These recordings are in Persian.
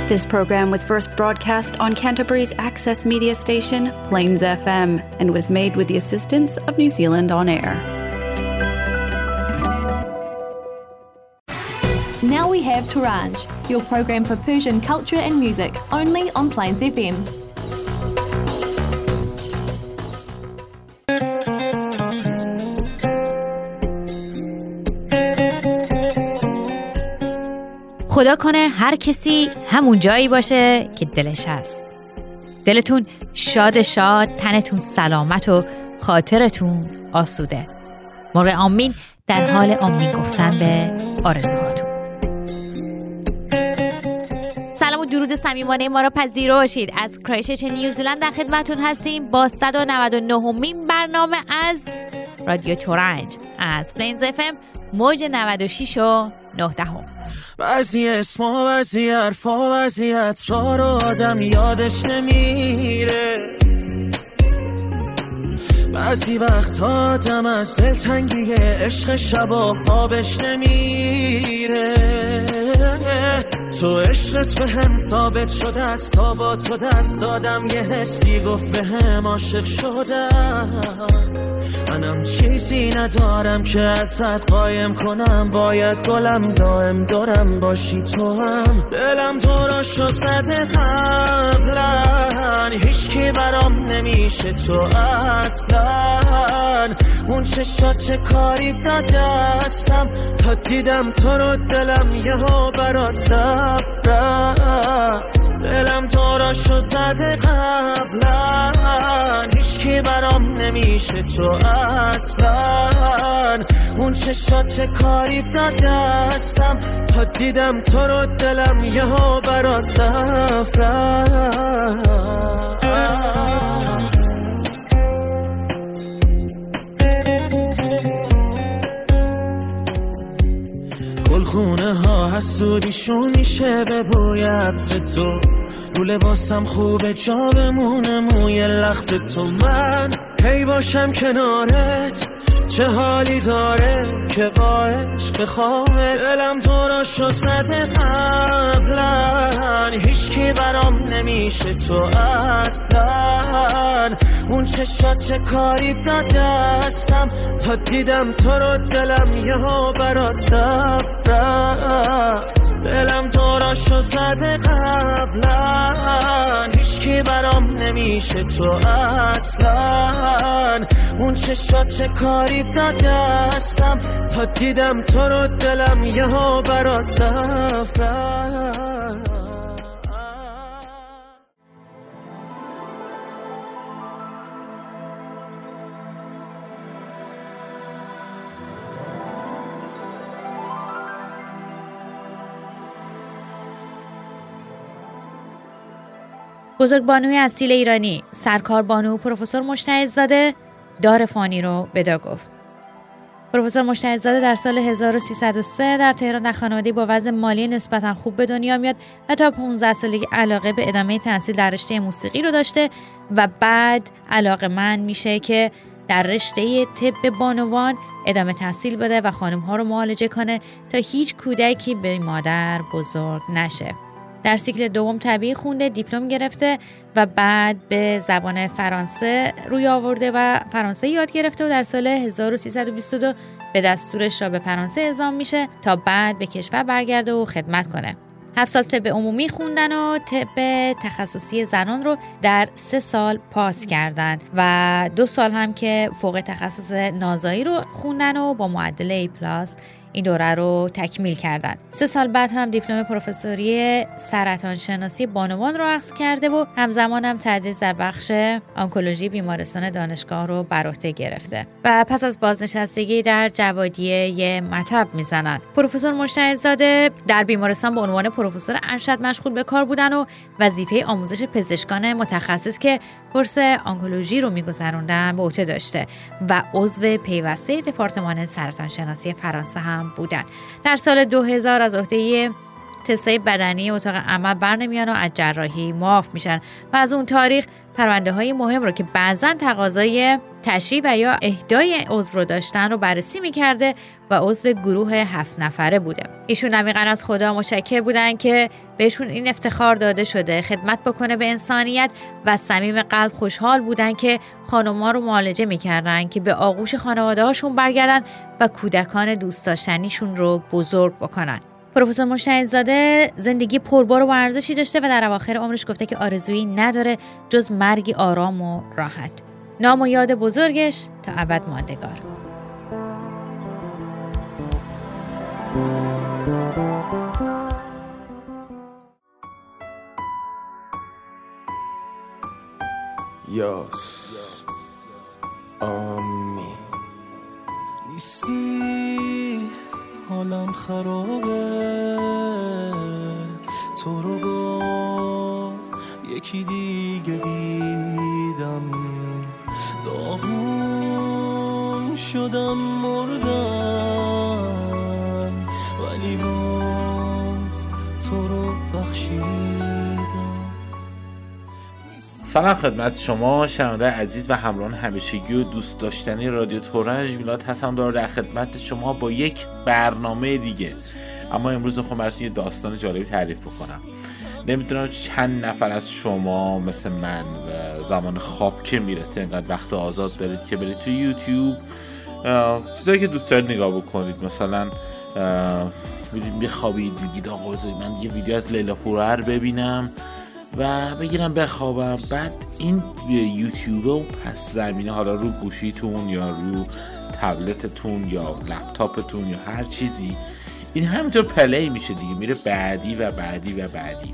This program was first broadcast on Canterbury's access media station, Plains FM, and was made with the assistance of New Zealand On Air. Now we have Turanj, your program for Persian culture and music, only on Plains FM. خدا کنه هر کسی همون جایی باشه که دلش هست. دلتون شاد شاد، تنتون سلامت و خاطرتون آسوده. مرغ آمین در حال آمین گفتن به آرزوهاتون. سلام و درود صمیمانه ما را پذیراشید. از کرایستچرچ نیوزیلند در خدمتون هستیم با 199مین برنامه از رادیو تورنج از پلینز اف ام موج 96 و 9 دهم. بعضی اسما، بعضی حرفا، بعضی عطرا رو آدم یادش نمیره. بعضی وقتا آدم از دلتنگی عشق شبا خوابش نمیره. تو عشقت به هم ثابت شده است، تا با تو دست دادم یه حسی گفت به هم عاشق شدم. منم چیزی ندارم که ازت قایم کنم، باید گلم دائم دارم باشی تو هم. دلم دوراشو زده قبلا، هیچ کی برام نمیشه تو اصلا. اون چشات چه کاری دادستم، تا دیدم تو رو دلم یهو برات صف رفت. دلم دوراشو زده قبلا، هیچ کی برام نمیشه تو اصلا. اون چشات چه کاری دادستم، تا دیدم تو رو دلم یهو برات صف رفت. گلخونه ها حسودیشون میشه به بوی عطر تو، رو لباسم خوبه جا بمونه موی لخت تو. من هی باشم کنارت چه حالی داره که با عشق خواهت. دلم دوراشو زده قبلا، هیچ کی برام نمیشه تو اصلا. اون چشات چه کاری دادستم، تا دیدم تو رو دلم یهو برات صف رفت. دلم دوراشو زده قبلا، هیچ کی برام نمیشه تو اصلا. اون چشات چه کاری دادستم، تا دیدم تو رو دلم یهو برات صف رفت. بزرگبانوی اصیل ایرانی سرکار بانو پروفسور مشتهدزاده دار فانی رو ودا گفت. پروفسور مشتهدزاده در سال 1303 در تهران در خانواده‌ای با وضع مالی نسبتاً خوب به دنیا میاد و تا 15 سالگی علاقه به ادامه تحصیل در رشته موسیقی رو داشته و بعد علاقه‌مند میشه که در رشته طب بانوان ادامه تحصیل بده و خانم‌ها رو معالجه کنه تا هیچ کودکی به مادر بزرگ نشه. در سیکل دوم طبیعی خونده، دیپلم گرفته و بعد به زبان فرانسه روی آورده و فرانسه یاد گرفته و در سال 1322 به دستورش را به فرانسه اعزام میشه تا بعد به کشور برگرده و خدمت کنه. 7 سال طب عمومی خوندن و طب تخصصی زنان رو در 3 سال پاس کردن و 2 سال هم که فوق تخصص نازایی رو خوندن و با معدل A+ این دوره رو تکمیل کردن. 3 سال بعد هم دیپلم پروفسوری سرطان شناسی بانوان رو اخذ کرده و همزمان هم تدریس در بخش آنکولوژی بیمارستان دانشگاه رو بر عهده گرفته و پس از بازنشستگی در جوادیه مطب میزنن. پروفسور مشتهدزاده در بیمارستان به عنوان پروفسور ارشد مشغول به کار بودن و وظیفه آموزش پزشکان متخصص که کورس آنکولوژی رو میگذروندن به عهده داشته و عضو پیوسته دپارتمان سرطان شناسی فرانسه هم بودن. در سال 2000 از عهده تستای بدنی اتاق عمل برنمیان و از جراحی معاف میشن و از اون تاریخ پرونده های مهم رو که بعضاً تقاضای تشریح و یا اهدای عضو رو داشتن رو بررسی می‌کرده و عضو گروه 7 نفره بوده. ایشون عمیقاً از خدا متشکر بودن که بهشون این افتخار داده شده خدمت بکنه به انسانیت و صمیم قلب خوشحال بودن که خانم‌ها رو معالجه می‌کردن که به آغوش خانواده‌هاشون برگردن و کودکان دوست داشتنیشون رو بزرگ بکنن. پروفسور مشتهدزاده زندگی پربار و ارزشی داشته و در اواخر عمرش گفته که آرزویی نداره جز مرگی آرام و راحت. نام و یاد بزرگش تا ابد ماندگار. یاس آمی نیستی حالم خرابه تو رو با یکی دیگه دیدم داغون شدم مردم ولی باز تو رو بخشیدم. سلام خدمت شما شنونده عزیز و همراهان همیشگی و دوست داشتنی رادیو تورنج. میلاد هستم در خدمت شما با یک برنامه دیگه. اما امروز میخوام براتون یه داستان جالبی تعریف بکنم. نمیدونم چند نفر از شما مثل من زمان خواب که میرسه اینقدر وقت آزاد دارید که برید تو یوتیوب چیزایی که دوست دارید نگاه بکنید. مثلا میرید بخوابید میگید آقا بذارید من یه ویدیو از لیلا فورر ببینم و بگیرم بخوابم. بعد این یوتیوب و پس زمینه حالا رو گوشیتون یا رو تبلتتون یا لپتاپتون یا هر چیزی این همینطور پلی میشه دیگه، میره بعدی و بعدی و بعدی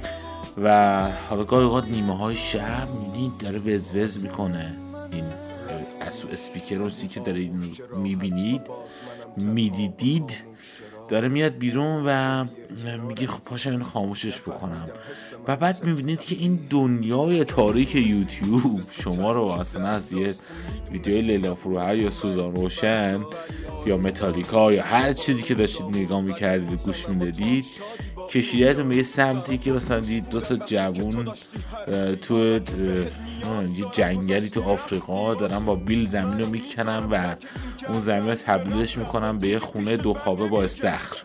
و حالا گاهی اوقات نیمه های شب میدید داره وزوز میکنه. این از تو اسپیکر رو که داره میبینید میدیدید داره میاد بیرون و میگه خب پاشا اینو خاموشش بکنم و بعد میبینید که این دنیای تاریک یوتیوب شما رو اصلا از یه ویدیوی لیلا فروهر یا سوزان روشن یا متالیکا یا هر چیزی که داشتید نگاه میکردید و گوش میدادید کشیدتون به یه سمتی که مثلا دید 2 تا جوون تو یه جنگلی تو آفریقا دارن با بیل زمین رو میکنن و اون زمین رو تبدیلش میکنن به یه خونه 2 خوابه با استخر.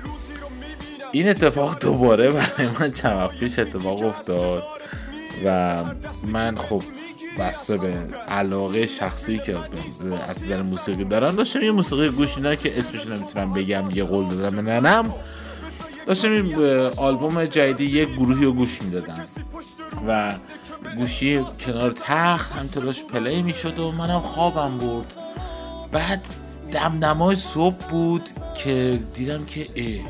این اتفاق دوباره برای من چند وقت پیش اتفاق افتاد و من خب بسته به علاقه شخصی که از نظر موسیقی دارم داشتم یه موسیقی گوش میدم که اسمش نمیتونم بگم دیگه قول دادم ننم. داشتم این آلبوم جدیدی یک گروهی رو گوش میدادم و گوشی کنار تخت همینطور داشت پلی میشد و منم خوابم برد. بعد دمدمای صبح بود که دیدم که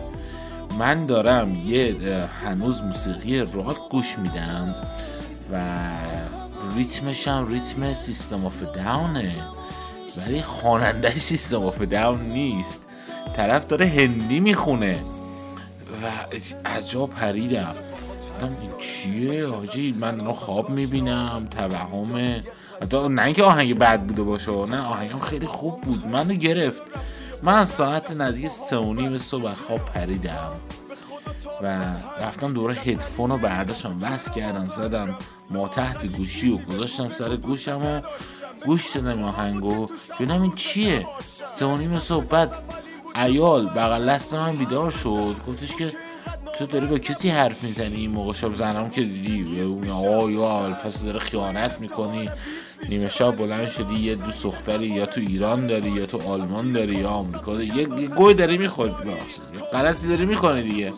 من دارم یه هنوز موسیقی راک گوش میدم و ریتمش هم ریتم سیستم آف داونه ولی خواننده سیستم آف داون نیست، طرف داره هندی میخونه و از جا پریدم. این چیه حاجی؟ من دارم خواب میبینم، توهمه. نه اینکه آهنگ بد بوده باشه، نه آهنگم خیلی خوب بود، منو گرفت. من ساعت نزدیک 3:30 صبح خواب پریدم و رفتم دوره هدفون رو برداشتم وصل کردم زدم ما تحت گوشی و گذاشتم سر گوشم و گوش دادم آهنگو ببینم این چیه. 3:30 صبح بعد عیال بغل دست من بیدار شد، گفتش که تو داری با کسی حرف میزنی؟ این موقع شب زنم که دیدی یا الفاظ داره خیانت میکنی. نیمه شب بلند شدی یه دوست دختری یا تو ایران داری یا تو آلمان داری یا آمریکا داری، یه گوی داری میخوری، غلطی داری میکنی دیگه.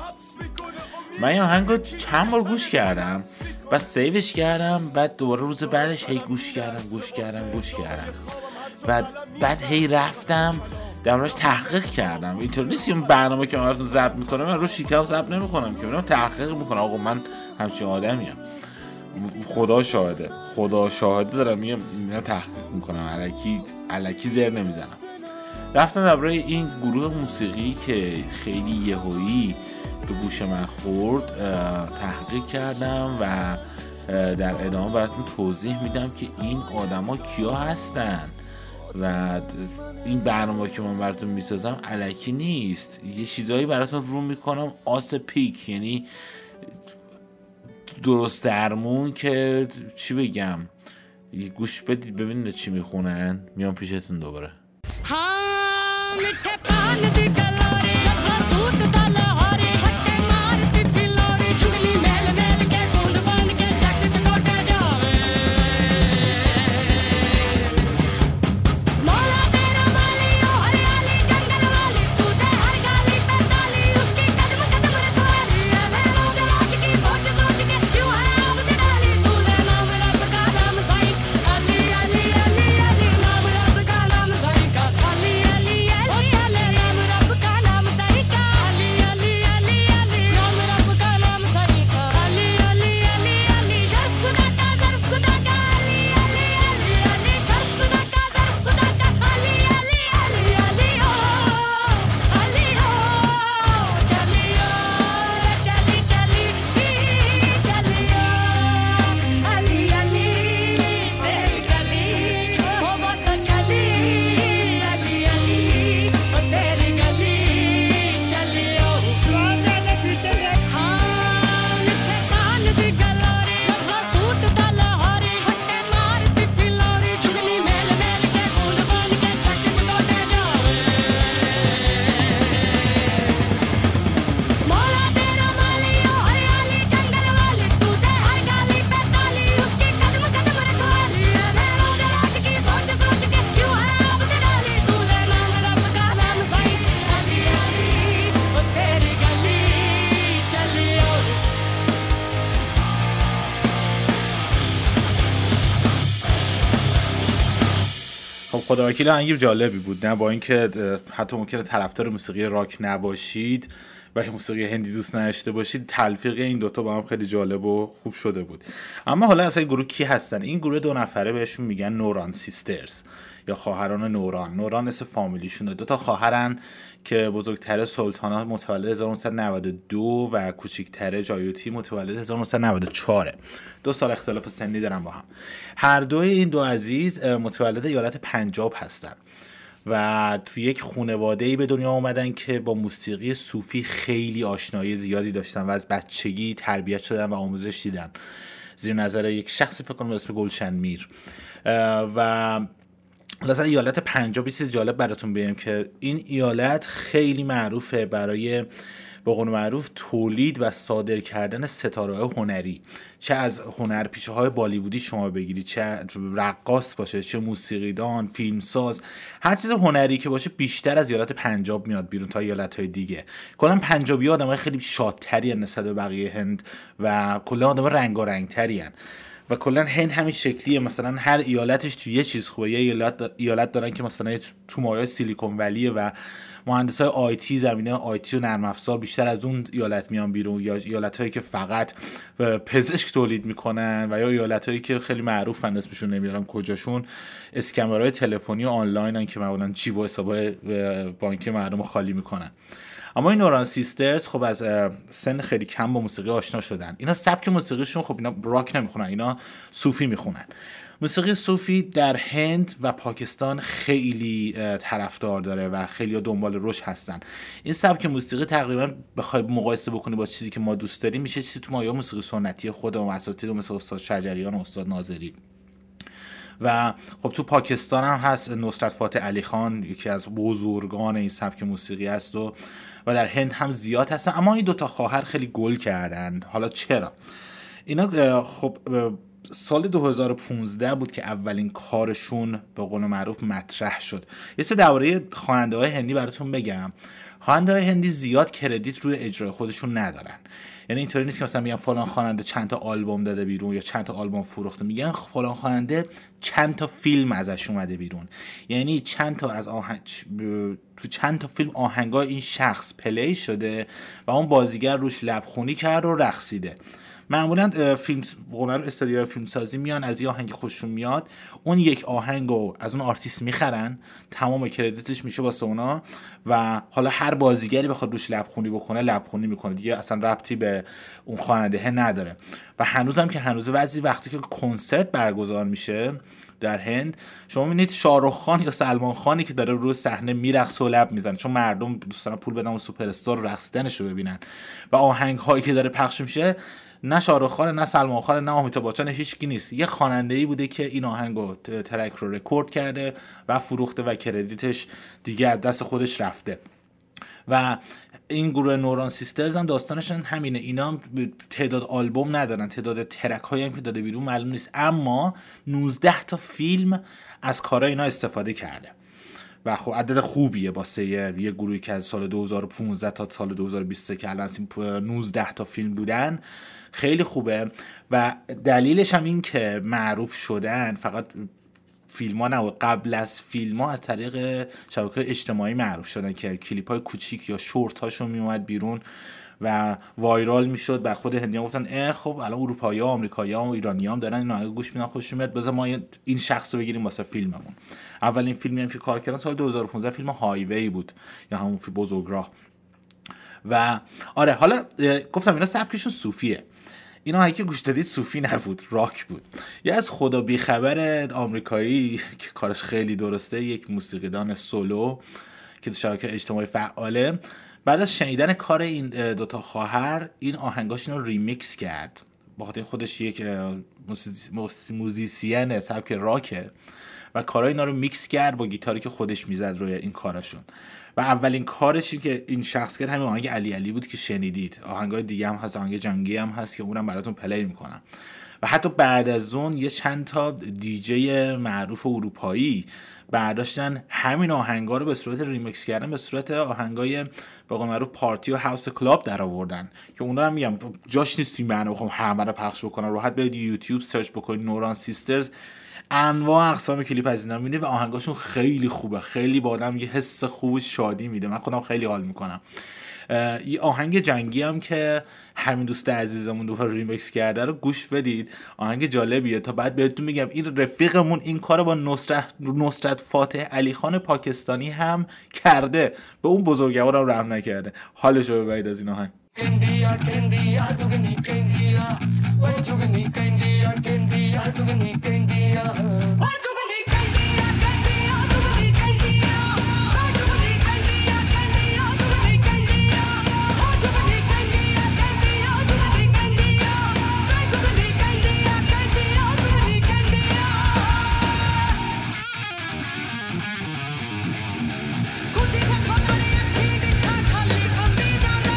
من این آهنگو چند بار گوش کردم بعد سیوش کردم، بعد دوباره روز بعدش هی گوش کردم بعد هی رفتم درمونش تحقیق کردم. اینطور نیست این برنامه که من براتون ضبط میکنم من رو شیکم ضبط نمیکنم که من تحقیق میکنم. آقا من همچین آدمیم، خدا شاهده دارم میگم تحقیق میکنم، الکی زر نمیزنم. رفتم درباره این گروه موسیقی که خیلی یهویی به گوش من خورد تحقیق کردم و در ادامه براتون توضیح میدم که این آدما کیا هستن و این برنامه که من براتون میسازم الکی نیست. یه چیزایی براتون رو میکنم آس پیک، یعنی درست درمون که چی بگم، گوش بدید ببینید چی میخونن. میام پیشتون دوباره. خدا وکیل آهنگ جالبی بود، نه با اینکه حتی ممکنه طرفدار موسیقی راک نباشید و موسیقی هندی دوست نداشته باشید، تلفیق این دوتا با هم خیلی جالب و خوب شده بود. اما حالا اصلا گروه کی هستن؟ این گروه 2 نفره بهشون میگن نوران سیسترز یا خواهران نوران. نوران اسم فامیلیشونه، 2 تا خواهرن که بزرگتره سلطانا متولد 1992 و کوچیکتره جایوتی متولد 1994. 2 سال اختلاف سنی دارن با هم. هر دوی این 2 عزیز متولد ایالت پنجاب هستن و توی یک خانواده‌ای به دنیا اومدن که با موسیقی صوفی خیلی آشنایی زیادی داشتن و از بچگی تربیت شدن و آموزش دیدن زیر نظر یک شخصی فکر کنم به اسم گلشن میر. و مثلا ایالت پنجاب یه چیز جالب براتون بگم که این ایالت خیلی معروفه برای به قول معروف تولید و صادر کردن ستاره‌های هنری، چه از هنرپیشه‌های بالیوودی شما بگیرید، چه رقاص باشه، چه موسیقیدان، فیلمساز، هر چیز هنری که باشه بیشتر از ایالت پنجاب میاد بیرون تا ایالت‌های دیگه. کلا پنجابی‌ها آدمای خیلی شادتری نسبت به بقیه هند و کلا آدمای رنگارنگتری ان و کلا هند همین شکلیه. مثلا هر ایالتش تو یه چیز خوبه. یه ایالت دارن که مثلا تو مایه سیلیکون ولیه و مهندسای آیتی، زمینه آیتی و نرم افزار بیشتر از اون ایالت میان بیرون، یا ایالتایی که فقط پزشک تولید میکنن و یا ایالتایی که خیلی معروفن اسمشون نمیارم کجاشون، اسکمرهای تلفنی و آنلاینن که معمولا جیب و حسابای بانکی مردم خالی میکنن. اما این نوران سیسترز خب از سن خیلی کم با موسیقی آشنا شدن. اینا سبک موسیقیشون خب اینا راک نمیخونن، اینا صوفی میخونن. موسیقی صوفی در هند و پاکستان خیلی طرفدار داره و خیلی دنبال روش هستن. این سبک موسیقی تقریبا بخوای مقایسه بکنی با چیزی که ما دوست داریم میشه چیزی تو مایه موسیقی سنتی خودمون، اساتید مثل استاد شجریان و استاد ناظری. و خب تو پاکستان هم هست نصرت فاتح علی خان، یکی از بزرگان این سبک موسیقی است و در هند هم زیاد هستن. اما این 2 تا خواهر خیلی گل کردن. حالا چرا؟ اینا خب سال 2015 بود که اولین کارشون به قول معروف مطرح شد. یه سه درباره خواننده‌های هندی براتون بگم. خواننده‌های هندی زیاد کردیت روی اجرای خودشون ندارن. یعنی اینطوری نیست که مثلا میگن فلان خواننده چند تا آلبوم داده بیرون یا چند تا آلبوم فروخته، میگن فلان خواننده چند تا فیلم ازش اومده بیرون، یعنی چند تا از تو چند تا فیلم آهنگای این شخص پلی شده و اون بازیگر روش لبخونی کرد و رقصیده. معمولا فیلم هنر استودیوهای فیلم سازی میان از یه آهنگ خوششون میاد، اون یک آهنگو از اون آرتیست میخرن، تمام کردیتش میشه واسه اونا و حالا هر بازیگری بخواد روش لبخونی بکنه لبخونی میکنه، دیگه اصلا ربطی به اون خواننده نداره. و هنوزم که هنوز وقتی که کنسرت برگزار میشه در هند، شما میبینید شاهرخ خان یا سلمان خانی که داره روی صحنه میرقصه و لب میزنه، چون مردم دوست دارن پول بدن و سوپر استار رقصیدنشو ببینن و آهنگ هایی که داره پخش میشه نه شاهرخ خان، نه سلمان خان، نه امیتاب بچن، هیچکی نیست. یه خواننده‌ای بوده که این آهنگو ترک رو رکورد کرده و فروخته و کردیتش دیگه از دست خودش رفته. و این گروه نوران سیسترز هم داستانشون همینه، اینا تعداد آلبوم ندارن، تعداد ترک هایی هم که داده بیرون معلوم نیست، اما 19 تا فیلم از کارهای اینا استفاده کرده و خب عدد خوبیه واسه یه گروهی که از سال 2015 تا سال 2023 که الان 19 تا فیلم بودن، خیلی خوبه. و دلیلش هم این که معروف شدن فقط فیلم ها نه، قبل از فیلم ها از طریق شبکه‌های اجتماعی معروف شدن که کلیپ های کوچیک یا شورت هاشون میومد بیرون و وایرال میشد و خود هندی‌ها گفتن خب الان اروپایی‌ها، آمریکایی‌ها و ایرانی‌ها هم دارن اینو گوش میدن، خوششون میاد، بذار ما این شخص رو بگیریم واسه فیلممون. اولین فیلمی هم که کار کردن سال 2015 فیلم هایوی بود یا همون فیلم بزرگراه. و آره حالا گفتم اینا سبکشون صوفیه، اینا هایی که گوش دادید صوفی نبود، راک بود. یه از خدا بیخبر آمریکایی که کارش خیلی درسته، یک موسیقیدان سولو که تو شبکه اجتماعی فعاله، بعد از شنیدن کار این دوتا خواهر این آهنگاشون رو ریمیکس کرد. با خاطر خودش یک موزیسین سبک راکه و کارهای اینا رو میکس کرد با گیتاری که خودش میزد روی این کارشون. و اولین کارشی که این شخص کرد همین آهنگ علی علی بود که شنیدید. آهنگای دیگه هم هست، آهنگ جنگی هم هست که اونم براتون پلی میکنم. و حتی بعد از اون یه چند تا دیجی معروف اروپایی برداشتن همین آهنگا رو به صورت ریمیکس کردن، به صورت آهنگای به قول معروف پارتی و هاوس کلاب در آوردن که اونا رو میگم جاش نیست این معنی بخوام همه رو پخش بکنم. راحت برید یوتیوب سرچ بکنید نوران سیسترز، انواع اقسام کلیپ از اینا میبینید و آهنگاشون خیلی خوبه، خیلی با آدم یه حس خوب شادی میده. من خودم خیلی حال میکنم. یه آهنگ جنگی هم که همین دوست عزیزمون دوباره ریمیکس کرده رو گوش بدید، آهنگ جالبیه. تا بعد بهتون میگم این رفیقمون این کارو با نصرت فاتح علی خان پاکستانی هم کرده، به اون بزرگوار هم رحم نکرده. حالشو ببرید از این آهنگ. Kendia, Kendia, Dugni Kendia, Why Dugni Kendia, Kendia, Dugni Kendia, Why Dugni Kendia, Kendia, Dugni Kendia, Why Dugni Kendia, Kendia, Dugni Kendia, Why Dugni Kendia, Kendia, Dugni Kendia, Why Dugni Kendia, Kendia, Dugni Kendia. Kusi ka khana ye thi dikha khali khambi jana.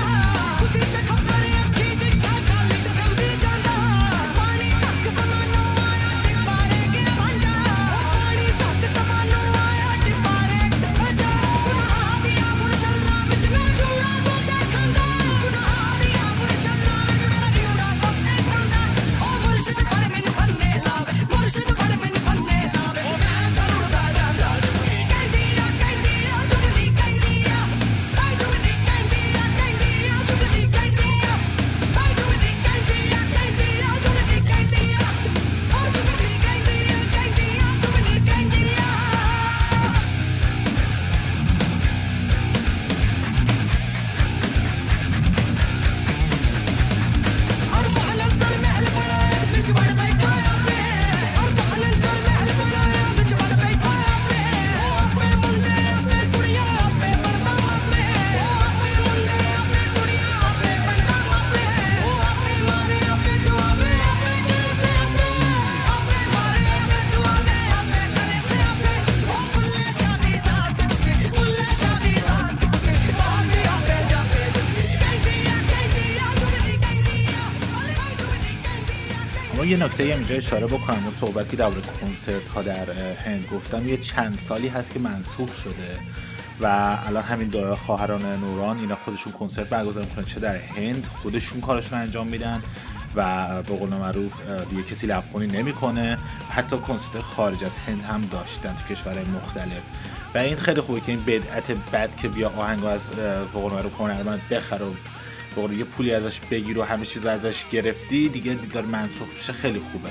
یه نکته اینجا اشاره بکنم، صحبتی درباره کنسرت ها در هند گفتم، یه چند سالی هست که منسوخ شده و الان همین دو خواهران نوران اینا خودشون کنسرت برگزار میکنن، چه در هند خودشون کارشون انجام میدن و به قول معروف دیگه کسی لبخونی نمیکنه. حتی کنسرت خارج از هند هم داشتن تو کشورهای مختلف و این خیلی خوبه که این بدعت بد که بیا آهنگو از به قول معروف هنرمند بخره و یه پولی ازش بگیر و همه چیز ازش گرفتی دیگه داره منسوخ میشه، خیلی خوبه.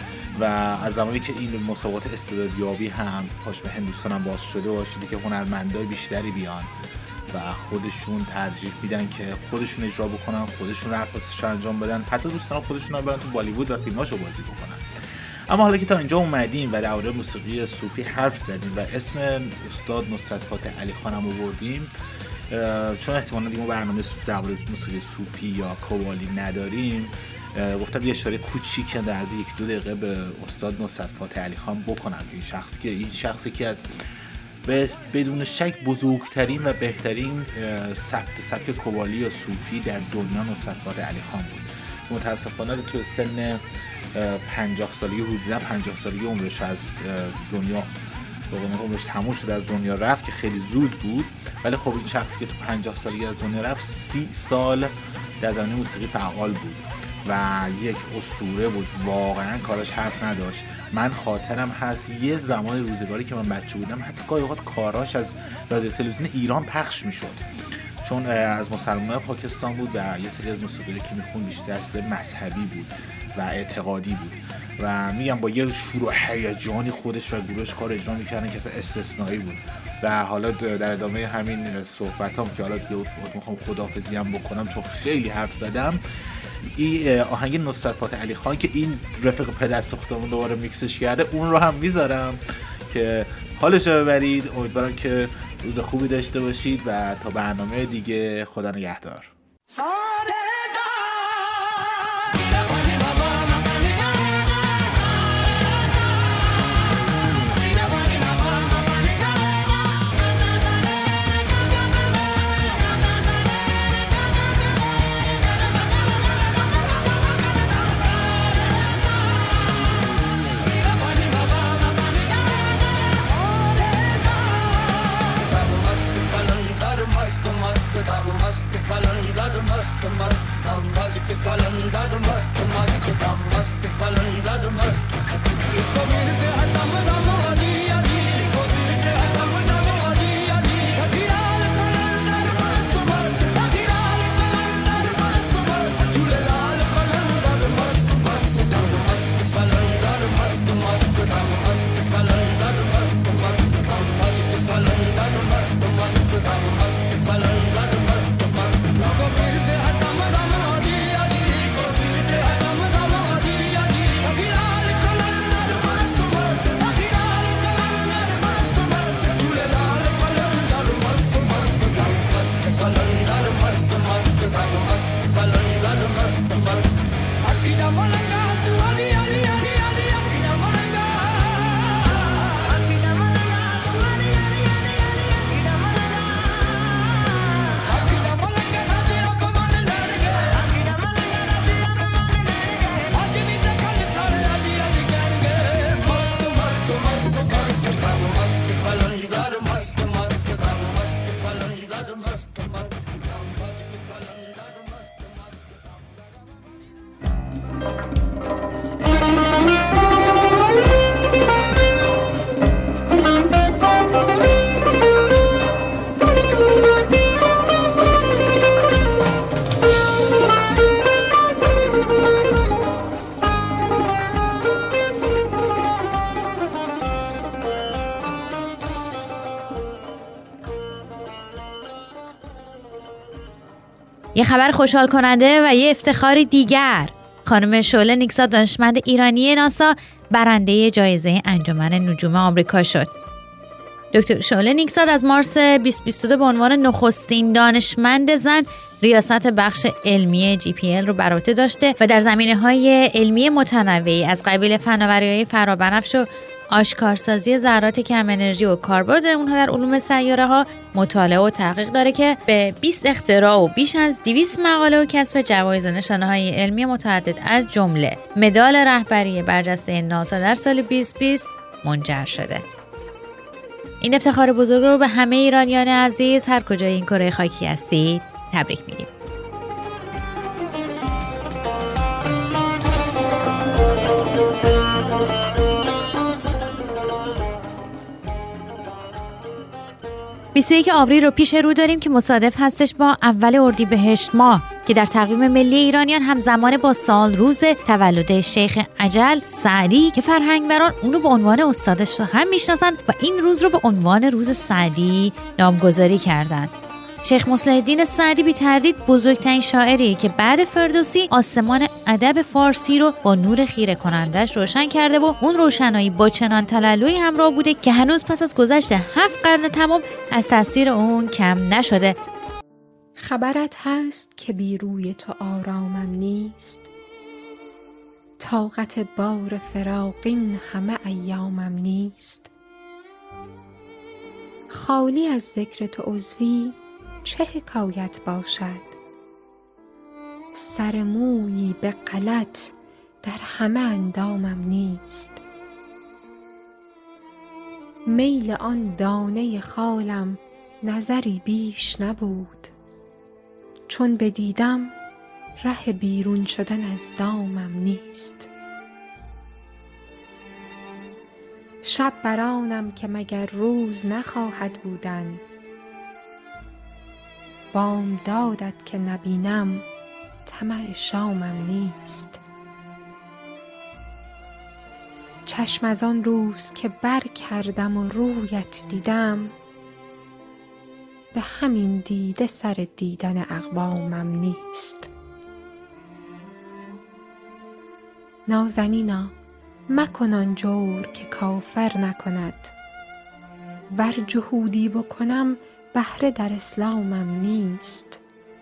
و از زمانی که این مسابقات استعدادیابی هم پاش به هندوستان هم باز شده و شده که هنرمندای بیشتری بیان و خودشون ترجیح میدن که خودشون اجرا بکنن، خودشون رقصش انجام بدن، حتی دوستان خودشون هم برن تو بالیوود و فیلماشو بازی بکنن. اما حالا که تا اینجا اومدیم و درباره موسیقی صوفی حرف زدیم و اسم استاد نصرت فاتح علی خان هم آوردیم، چون احتمالاً دیگه برنامه درباره موسیقی صوفی یا قوالی نداریم، گفتم یه اشاره کوچیک در عرض 1-2 دقیقه به استاد نصرت فاتح علی خان بکنم که این شخصی که از بدون شک بزرگترین و بهترین سبک کوالی یا صوفی در دنیا نصرت فاتح علی خان بود. متاسفانه تو سن 50 سالگی حدوداً 50 سالگی عمرش از دنیا عمرش تموم شد، از دنیا رفت که خیلی زود بود. ولی خب این شخصی که تو 50 سالگی از دنیا رفت 30 سال در زمینه موسیقی فعال بود و یک اسطوره بود، واقعا کارش حرف نداشت. من خاطرم هست یه زمان روزگاری که من بچه بودم حتی گاهی اوقات کاراش از رادیو تلویزیون ایران پخش میشد، چون از مسلمانان پاکستان بود و یه سری از موسیقی که میخوند بیشتر مذهبی بود و اعتقادی بود و میگم با یه شور و هیجانی خودش و گروهش کار اجرا میکردن که استثنایی بود. و حالا در ادامه همین صحبتام که حالا دیگه میخوام خداحافظی هم بکنم چون خیلی حرف زدم، این آهنگ نصرت فاتح علی خان که این رفیق پدرسوختمون دوباره میکسش کرده اون رو هم میذارم که حالش رو ببرید. امیدوارم که روز خوبی داشته باشید و تا برنامه دیگه خدا نگهدار. یه خبر خوشحال کننده و یه افتخاری دیگر. خانم شعله نیکزاد دانشمند ایرانی ناسا برنده جایزه انجمن نجوم آمریکا شد. دکتر شعله نیکزاد از مارس 2022 به عنوان نخستین دانشمند زن ریاست بخش علمی GPL رو بر عهده داشته و در زمینه‌های علمی متنوعی از قبیل فناوری‌های فرابنفش و آشکارسازی ذرات کم انرژی و کاربرد اونها در علوم سیاره‌ها مطالعه و تحقیق داره که به 20 اختراع و بیش از 200 مقاله و کسب جوایز و نشانه‌های علمی متعدد از جمله مدال رهبری برجسته ناسا در سال 2020 منجر شده. این افتخار بزرگ رو به همه ایرانیان عزیز هر کجای این کره خاکی هستید تبریک میگیم. بیست آوریل رو پیش رو داریم که مصادف هستش با اول اردیبهشت ماه که در تقویم ملی ایرانیان همزمان با سال روز تولد شیخ اجل سعدی که فرهنگوران اونو به عنوان استادش هم میشناسن و این روز رو به عنوان روز سعدی نامگذاری کردن. شیخ مصلح الدین سعدی بی تردید بزرگترین شاعری که بعد فردوسی آسمان ادب فارسی رو با نور خیره کنندش روشن کرده و اون روشنایی با چنان تلالویی همراه بوده که هنوز پس از گذشت 7 قرن تمام از تاثیر اون کم نشده. خبرت هست که بی روی تو آرامم نیست، طاقت بار فراقین همه ایامم نیست. خالی از ذکر تو عضوی چه حکایت باشد؟ سر مویی به غلط در همه اندامم نیست. میل آن دانه خالم نظری بیش نبود، چون بدیدم ره بیرون شدن از دامم نیست. شب برانم که مگر روز نخواهد بودن، بامدادت که نبینم طمع شامم نیست. چشم از آن روز که بر کردم و رویت دیدم، به همین دیده سر دیدن اقوامم نیست. نازنینا مکن آن جور که کافر نکند، ور جهودی بکنم بهره در اسلامم نیست.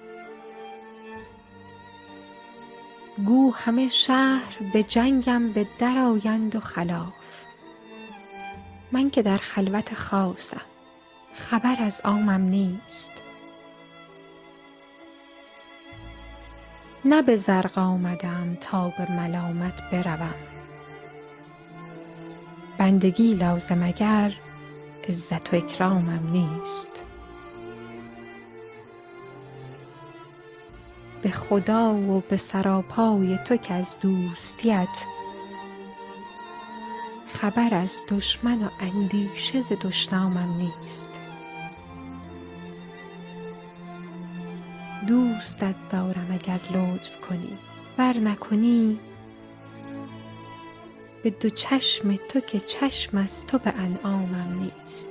گو همه شهر به جنگم به در آیند و خلاف، من که در خلوت خاصم خبر از عامم نیست. نه به زرق آمدم تا به ملامت بروم، بندگی لازم اگر عزت و اکرامم نیست. به خدا و به سراپای تو که از دوستیت، خبر از دشمن و اندیشه ز دشنامم نیست. دوستت دارم اگر لطف کنی، ور نکنی به دو چشم تو که چشم از تو به انعامم نیست.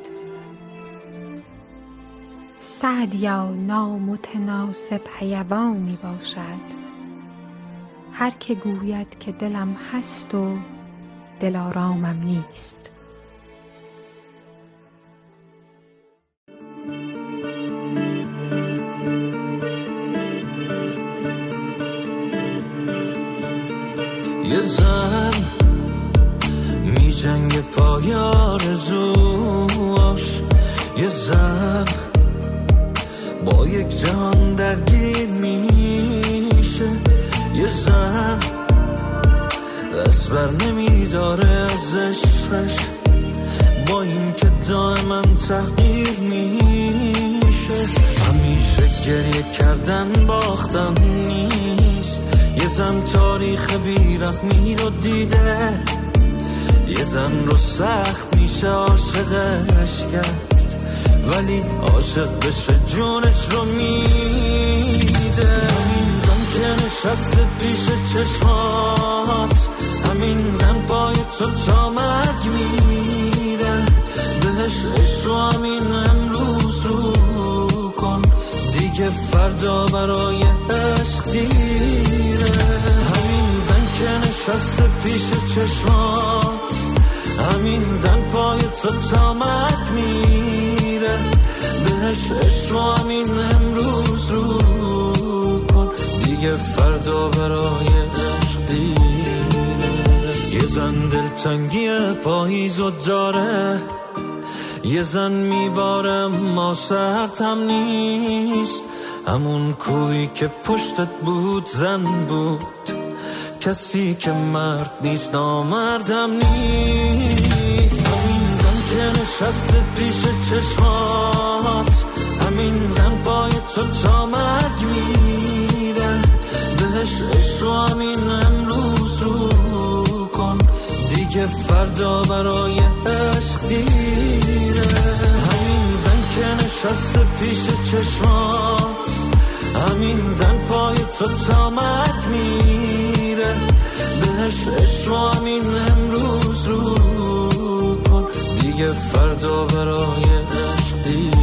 سعدیا نامتناسب حیوانی باشد، هر که گوید که دلم هست و دلارامم نیست. یه زن می جنگ پای آرزوش، یه زن با یک جهان درگیر میشه، یه زن دست بر نمیداره از عشقش، با این که دائما تغییر میشه. همیشه گریه کردن باختن نیست، یه زن تاریخ بیرحمی رو دیده، یه زن رو سخت میشه عاشقش کرد، ولی عاشق بشه جونش رو میده. همین زن که نشسته پیش چشمات، همین زن پای تو تا مرگ میره، بهش عشق رو همین امروز رو کن، دیگه فردا برای عشق دیره. همین زن که نشسته پیش چشمات، همین زن پای تو تا مرگ میره، بهش عشق رو همین امروز رو کن، دیگه فردا برای عشق دیره. یه زن دلتنگی پاییزو داره، یه زن میباره اما سرد هم نیست، همون کوی که پشتت بود زن بود، کسی که مرد نیست نامردم نیست. همین زن که نشسته پیش چشمات، همین زن پای تو تا مرگ میره، بهش عشق رو همین امروز رو کن، دیگه فردا برای عشق دیره. همین زن که نشسته پیش چشمات، همین زن پای تو تا مرگ میره، بهش عشق رو همین امروز رو کن، دیگه فردا برای عشق دیره.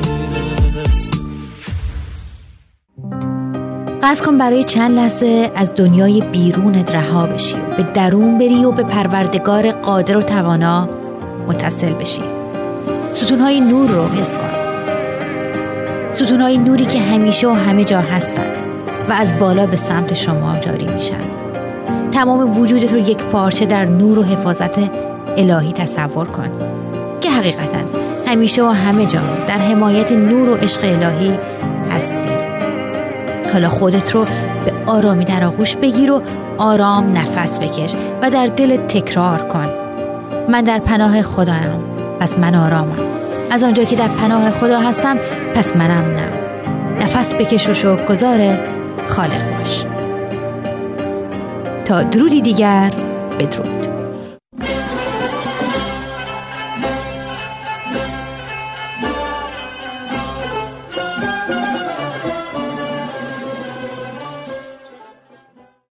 قصد کن برای چند لحظه از دنیای بیرونت رها بشی و به درون بری و به پروردگار قادر و توانا متصل بشی. ستونهای نور رو حس کن، ستونهای نوری که همیشه و همه جا هستن و از بالا به سمت شما جاری میشن. تمام وجودت رو یک پارچه در نور و حفاظت الهی تصور کن که حقیقتاً همیشه و همه جا در حمایت نور و عشق الهی هستی. حالا خودت رو به آرامی در آغوش بگیر و آرام نفس بکش و در دلت تکرار کن: من در پناه خدایم، پس من آرامم. از آنجا که در پناه خدا هستم، پس منم نه. نفس بکش و شکرگزار خالق باش. تا درودی دیگر، بدرود.